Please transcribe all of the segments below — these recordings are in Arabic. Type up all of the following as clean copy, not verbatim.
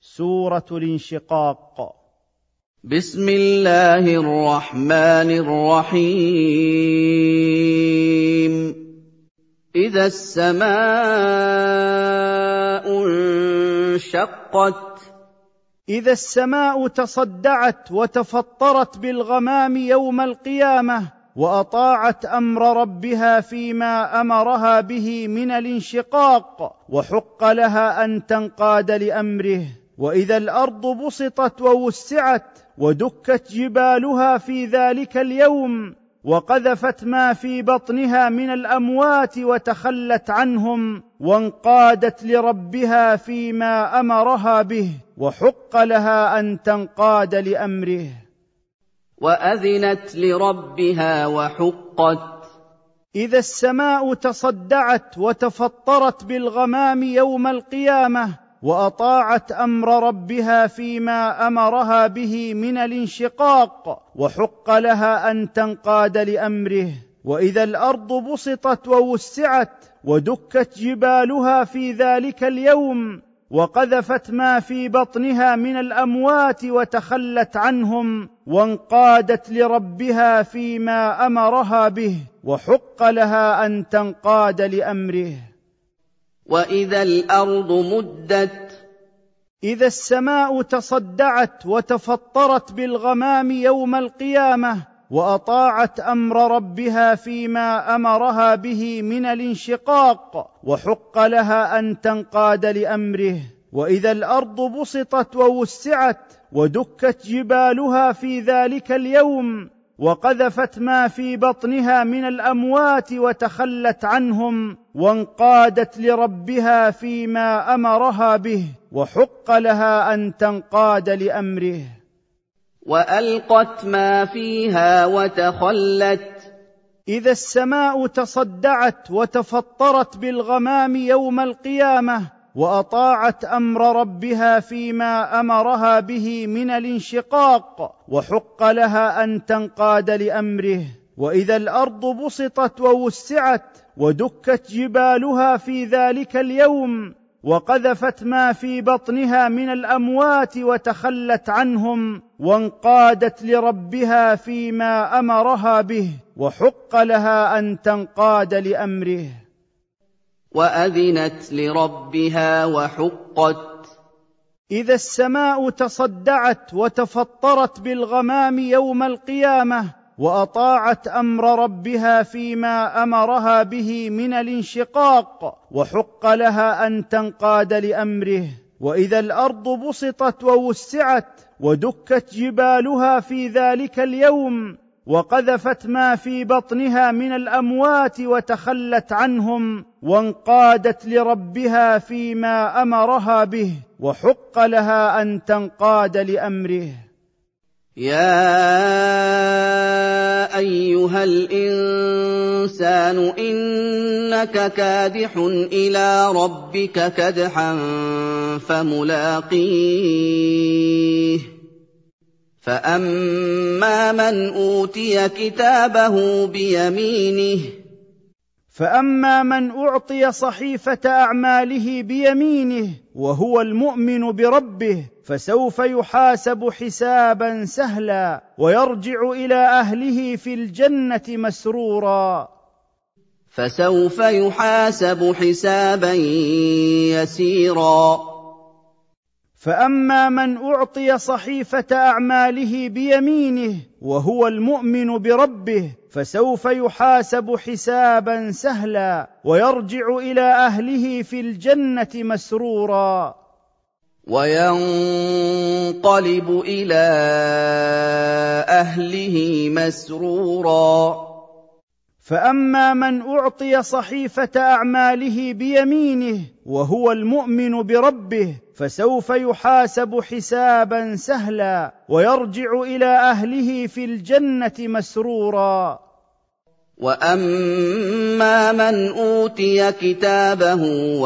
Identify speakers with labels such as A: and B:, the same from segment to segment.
A: سورة الانشقاق.
B: بسم الله الرحمن الرحيم. إذا السماء انشقت.
A: إذا السماء تصدعت وتفطرت بالغمام يوم القيامة وأطاعت أمر ربها فيما أمرها به من الانشقاق، وحق لها أن تنقاد لأمره. وإذا الأرض بسطت ووسعت ودكت جبالها في ذلك اليوم، وقذفت ما في بطنها من الأموات وتخلت عنهم، وانقادت لربها فيما أمرها به، وحق لها أن تنقاد لأمره.
B: وأذنت لربها وحقت.
A: إذا السماء تصدعت وتفطرت بالغمام يوم القيامة وأطاعت أمر ربها فيما أمرها به من الانشقاق، وحق لها أن تنقاد لأمره. وإذا الأرض بسطت ووسعت ودكت جبالها في ذلك اليوم، وقذفت ما في بطنها من الأموات وتخلت عنهم، وانقادت لربها فيما أمرها به، وحق لها أن تنقاد لأمره.
B: وإذا الأرض مدت.
A: إذا السماء تصدعت وتفطرت بالغمام يوم القيامة وأطاعت أمر ربها فيما أمرها به من الانشقاق، وحق لها أن تنقاد لأمره. وإذا الأرض بسطت ووسعت ودكت جبالها في ذلك اليوم، وقذفت ما في بطنها من الأموات وتخلت عنهم، وانقادت لربها فيما أمرها به، وحق لها أن تنقاد لأمره.
B: وألقت ما فيها وتخلت.
A: إذا السماء تصدعت وتفطرت بالغمام يوم القيامة وأطاعت أمر ربها فيما أمرها به من الانشقاق، وحق لها أن تنقاد لأمره. وإذا الأرض بسطت ووسعت ودكت جبالها في ذلك اليوم، وقذفت ما في بطنها من الأموات وتخلت عنهم، وانقادت لربها فيما أمرها به، وحق لها أن تنقاد لأمره.
B: وأذنت لربها وحقت.
A: إذا السماء تصدعت وتفطرت بالغمام يوم القيامة وأطاعت أمر ربها فيما أمرها به من الانشقاق، وحق لها أن تنقاد لأمره. وإذا الأرض بسطت ووسعت ودكت جبالها في ذلك اليوم، وقذفت ما في بطنها من الأموات وتخلت عنهم، وانقادت لربها فيما أمرها به، وحق لها أن تنقاد لأمره.
B: يا أيها الإنسان إنك كادح إلى ربك كدحا فملاقيه. فأما من أوتي كتابه بيمينه.
A: فأما من أعطي صحيفة أعماله بيمينه وهو المؤمن بربه فسوف يحاسب حسابا سهلا ويرجع إلى أهله في الجنة مسرورا.
B: فسوف يحاسب حسابا يسيرا.
A: فأما من أعطي صحيفة أعماله بيمينه وهو المؤمن بربه فسوف يحاسب حسابا سهلا ويرجع إلى أهله في الجنة مسرورا.
B: وينقلب إلى أهله مسرورا.
A: فأما من أعطي صحيفة أعماله بيمينه وهو المؤمن بربه فسوف يحاسب حسابا سهلا ويرجع إلى أهله في الجنة مسرورا.
B: وأما من أوتي كتابه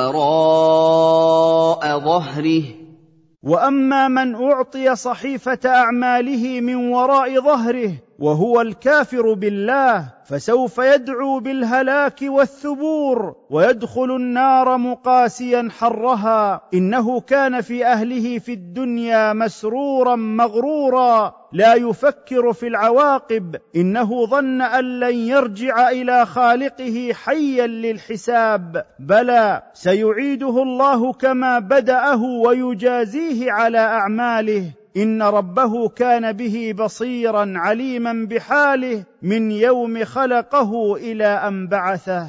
B: وراء ظهره.
A: وأما من أعطي صحيفة أعماله من وراء ظهره وهو الكافر بالله فسوف يدعو بالهلاك والثبور ويدخل النار مقاسيا حرها، إنه كان في أهله في الدنيا مسرورا مغرورا لا يفكر في العواقب، إنه ظن أن لن يرجع إلى خالقه حيا للحساب. بلى سيعيده الله كما بدأه ويجازيه على أعماله، إن ربه كان به بصيرا عليما بحاله من يوم خلقه إلى أن بعثه.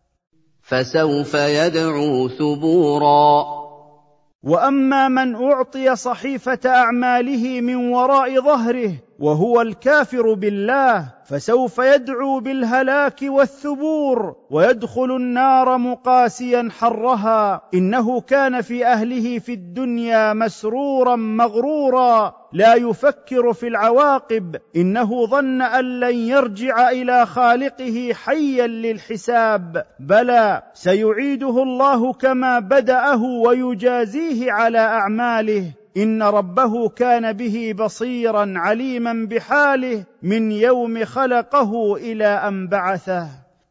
B: فسوف يدعو ثبورا.
A: وأما من أعطي صحيفة أعماله من وراء ظهره وهو الكافر بالله فسوف يدعو بالهلاك والثبور ويدخل النار مقاسيا حرها، إنه كان في أهله في الدنيا مسرورا مغرورا لا يفكر في العواقب، إنه ظن أن لن يرجع إلى خالقه حيا للحساب. بلى سيعيده الله كما بدأه ويجازيه على أعماله، إن ربه كان به بصيرا عليما بحاله من يوم خلقه إلى أن بعثه.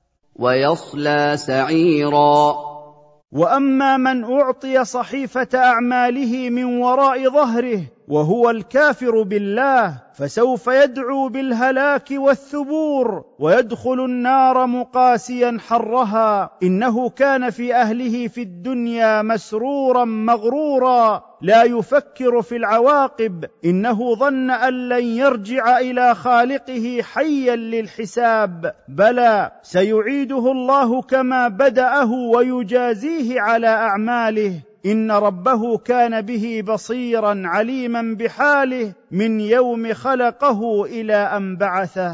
B: ويصلى سعيرا.
A: وأما من أعطي صحيفة أعماله من وراء ظهره وهو الكافر بالله فسوف يدعو بالهلاك والثبور ويدخل النار مقاسيا حرها، إنه كان في أهله في الدنيا مسرورا مغرورا لا يفكر في العواقب، إنه ظن أن لن يرجع إلى خالقه حيا للحساب. بلى سيعيده الله كما بدأه ويجازيه على أعماله، إن ربه كان به بصيرا عليما بحاله من يوم خلقه إلى أن بعثه.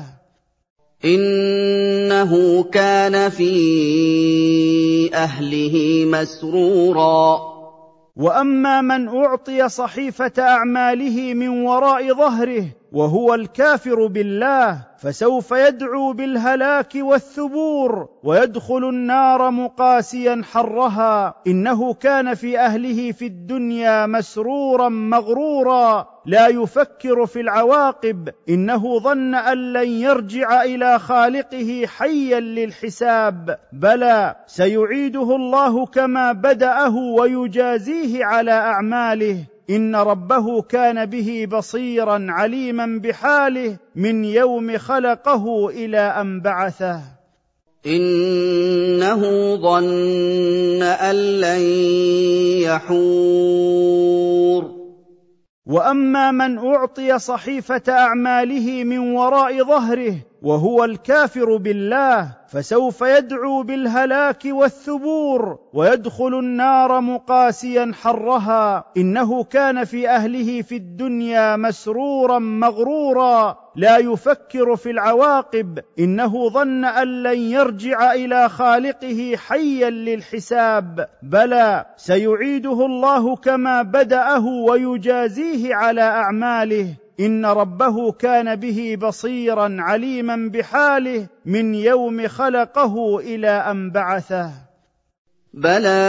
B: إنه كان في أهله مسرورا.
A: وأما من أعطي صحيفة أعماله من وراء ظهره وهو الكافر بالله فسوف يدعو بالهلاك والثبور ويدخل النار مقاسيا حرها، إنه كان في أهله في الدنيا مسرورا مغرورا لا يفكر في العواقب، إنه ظن أن لن يرجع إلى خالقه حيا للحساب. بلى سيعيده الله كما بدأه ويجازيه على أعماله، إن ربه كان به بصيرا عليما بحاله من يوم خلقه إلى أن بعثه.
B: إنه ظن أن لن يحور.
A: وأما من أعطي صحيفة أعماله من وراء ظهره وهو الكافر بالله فسوف يدعو بالهلاك والثبور ويدخل النار مقاسيا حرها، إنه كان في أهله في الدنيا مسرورا مغرورا لا يفكر في العواقب، إنه ظن أن لن يرجع إلى خالقه حيا للحساب. بلى سيعيده الله كما بدأه ويجازيه على أعماله، إن ربه كان به بصيرا عليما بحاله من يوم خلقه إلى أن بعثه.
B: بلى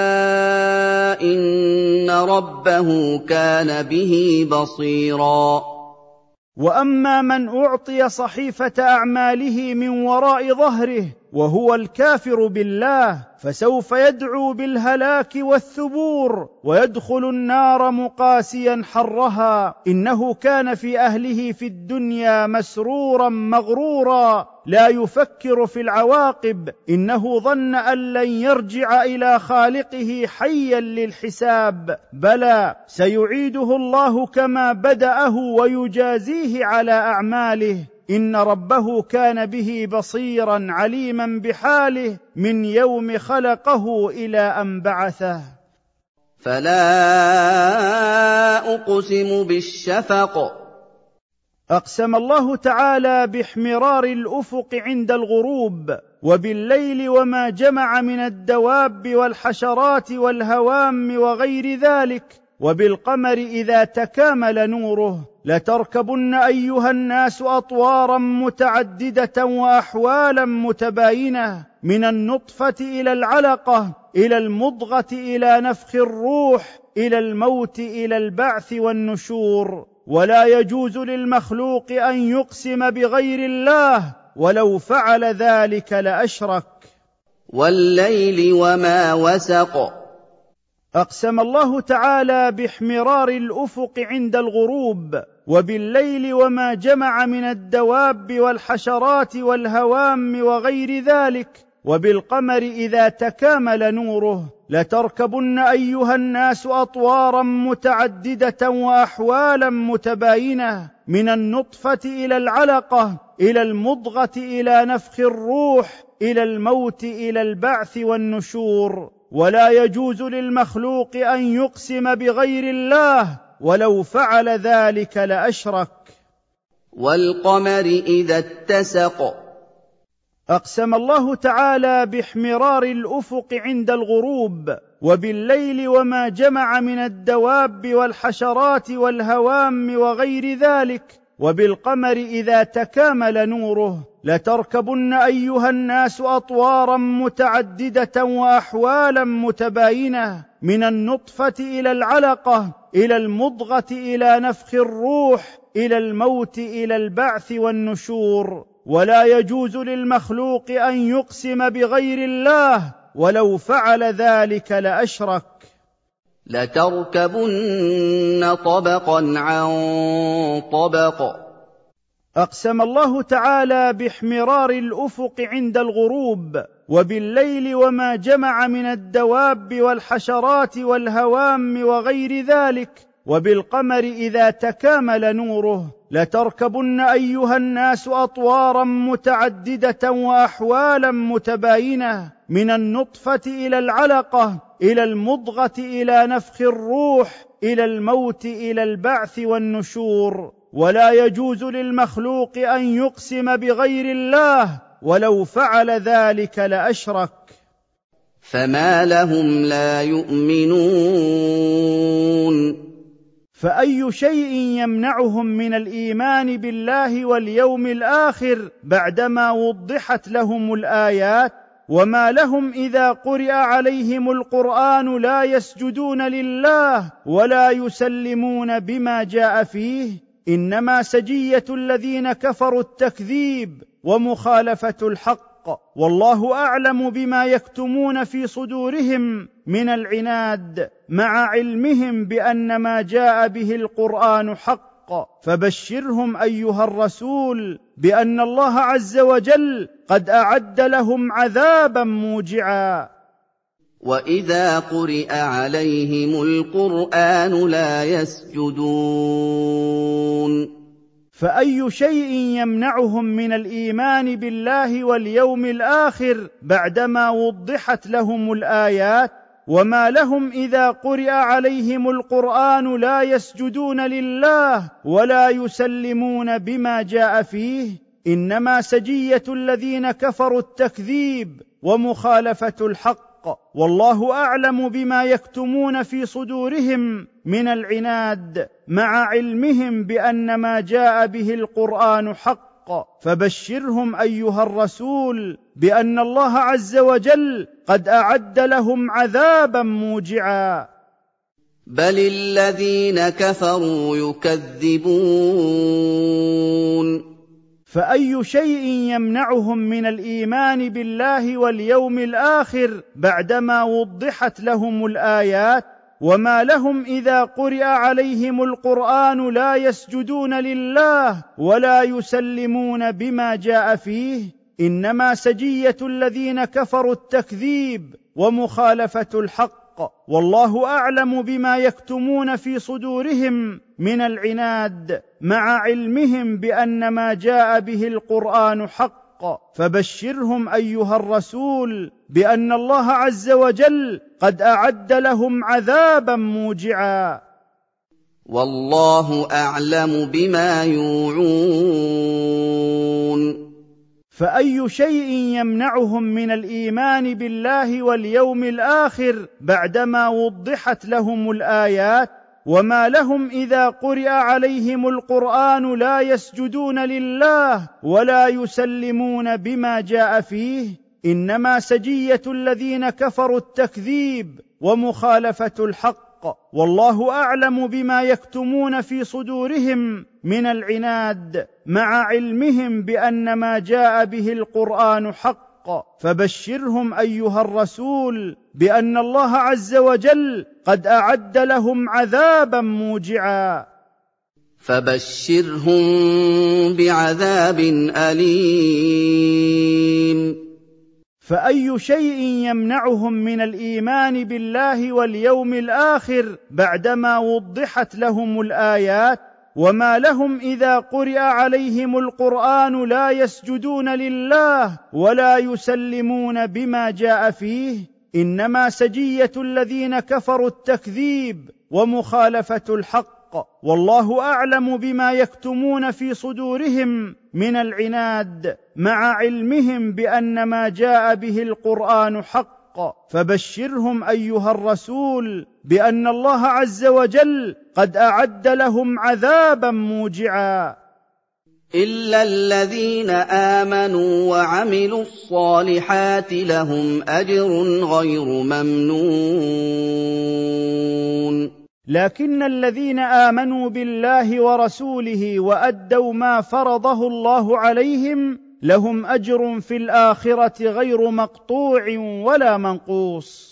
B: إن ربه كان به بصيرا.
A: وأما من أعطي صحيفة أعماله من وراء ظهره وهو الكافر بالله فسوف يدعو بالهلاك والثبور ويدخل النار مقاسيا حرها، إنه كان في أهله في الدنيا مسرورا مغرورا لا يفكر في العواقب، إنه ظن أن لن يرجع إلى خالقه حيا للحساب. بلى سيعيده الله كما بدأه ويجازيه على أعماله، إن ربه كان به بصيرا عليما بحاله من يوم خلقه إلى أن بعثه.
B: فلا أقسم بالشفق.
A: أقسم الله تعالى باحمرار الأفق عند الغروب، وبالليل وما جمع من الدواب والحشرات والهوام وغير ذلك، وبالقمر إذا تكامل نوره. لتركبن أيها الناس أطوارا متعددة وأحوالا متباينة، من النطفة إلى العلقة إلى المضغة إلى نفخ الروح إلى الموت إلى البعث والنشور. ولا يجوز للمخلوق أن يقسم بغير الله، ولو فعل ذلك لأشرك.
B: والليل وما وسق.
A: أقسم الله تعالى باحمرار الأفق عند الغروب، وبالليل وما جمع من الدواب والحشرات والهوام وغير ذلك، وبالقمر إذا تكامل نوره. لتركبن أيها الناس أطوارا متعددة وأحوالا متباينة، من النطفة إلى العلقة، إلى المضغة، إلى نفخ الروح، إلى الموت، إلى البعث والنشور. ولا يجوز للمخلوق أن يقسم بغير الله، ولو فعل ذلك لأشرك.
B: والقمر إذا اتسق.
A: أقسم الله تعالى باحمرار الأفق عند الغروب، وبالليل وما جمع من الدواب والحشرات والهوام وغير ذلك، وبالقمر إذا تكامل نوره. لتركبن أيها الناس أطوارا متعددة وأحوالا متباينة، من النطفة إلى العلقة، إلى المضغة، إلى نفخ الروح، إلى الموت، إلى البعث والنشور. ولا يجوز للمخلوق أن يقسم بغير الله، ولو فعل ذلك لأشرك.
B: لتركبن طبقا عن طبق.
A: أقسم الله تعالى باحمرار الأفق عند الغروب، وبالليل وما جمع من الدواب والحشرات والهوام وغير ذلك، وبالقمر إذا تكامل نوره. لتركبن أيها الناس أطوارا متعددة وأحوالا متباينة، من النطفة إلى العلقة، إلى المضغة، إلى نفخ الروح، إلى الموت، إلى البعث والنشور. ولا يجوز للمخلوق أن يقسم بغير الله، ولو فعل ذلك لأشرك.
B: فما لهم لا يؤمنون.
A: فأي شيء يمنعهم من الإيمان بالله واليوم الآخر بعدما وضحت لهم الآيات؟ وما لهم إذا قرئ عليهم القرآن لا يسجدون لله ولا يسلمون بما جاء فيه؟ إنما سجية الذين كفروا التكذيب ومخالفة الحق، والله أعلم بما يكتمون في صدورهم من العناد، مع علمهم بأن ما جاء به القرآن حق. فبشرهم أيها الرسول بأن الله عز وجل قد أعد لهم عذابا موجعا.
B: وإذا قرئ عليهم القرآن لا يسجدون.
A: فأي شيء يمنعهم من الإيمان بالله واليوم الآخر بعدما وضحت لهم الآيات؟ وما لهم إذا قرئ عليهم القرآن لا يسجدون لله ولا يسلمون بما جاء فيه؟ إنما سجية الذين كفروا التكذيب ومخالفة الحق، والله أعلم بما يكتمون في صدورهم من العناد، مع علمهم بأن ما جاء به القرآن حق. فبشرهم أيها الرسول بأن الله عز وجل قد أعد لهم عذابا موجعا.
B: بل الذين كفروا يكذبون.
A: فأي شيء يمنعهم من الإيمان بالله واليوم الآخر بعدما وضحت لهم الآيات؟ وما لهم إذا قرئ عليهم القرآن لا يسجدون لله ولا يسلمون بما جاء فيه؟ إنما سجية الذين كفروا التكذيب ومخالفة الحق، والله أعلم بما يكتمون في صدورهم من العناد، مع علمهم بأن ما جاء به القرآن حق. فبشرهم أيها الرسول بأن الله عز وجل قد أعد لهم عذابا موجعا.
B: والله أعلم بما يوعون.
A: فأي شيء يمنعهم من الإيمان بالله واليوم الآخر بعدما وضحت لهم الآيات؟ وما لهم إذا قرئ عليهم القرآن لا يسجدون لله ولا يسلمون بما جاء فيه؟ إنما سجية الذين كفروا التكذيب ومخالفة الحق، والله اعلم بما يكتمون في صدورهم من العناد مع علمهم بان ما جاء به القران حق. فبشرهم ايها الرسول بان الله عز وجل قد اعد لهم عذابا موجعا.
B: فبشرهم بعذاب أليم.
A: فأي شيء يمنعهم من الإيمان بالله واليوم الآخر بعدما وضحت لهم الآيات؟ وما لهم إذا قرئ عليهم القرآن لا يسجدون لله ولا يسلمون بما جاء فيه؟ إنما سجية الذين كفروا التكذيب ومخالفة الحق، والله أعلم بما يكتمون في صدورهم من العناد مع علمهم بأن ما جاء به القرآن حق. فبشرهم أيها الرسول بأن الله عز وجل قد أعد لهم عذابا موجعا.
B: إلا الذين آمنوا وعملوا الصالحات لهم أجر غير ممنون.
A: لكن الذين آمنوا بالله ورسوله وأدوا ما فرضه الله عليهم لهم أجر في الآخرة غير مقطوع ولا منقوص.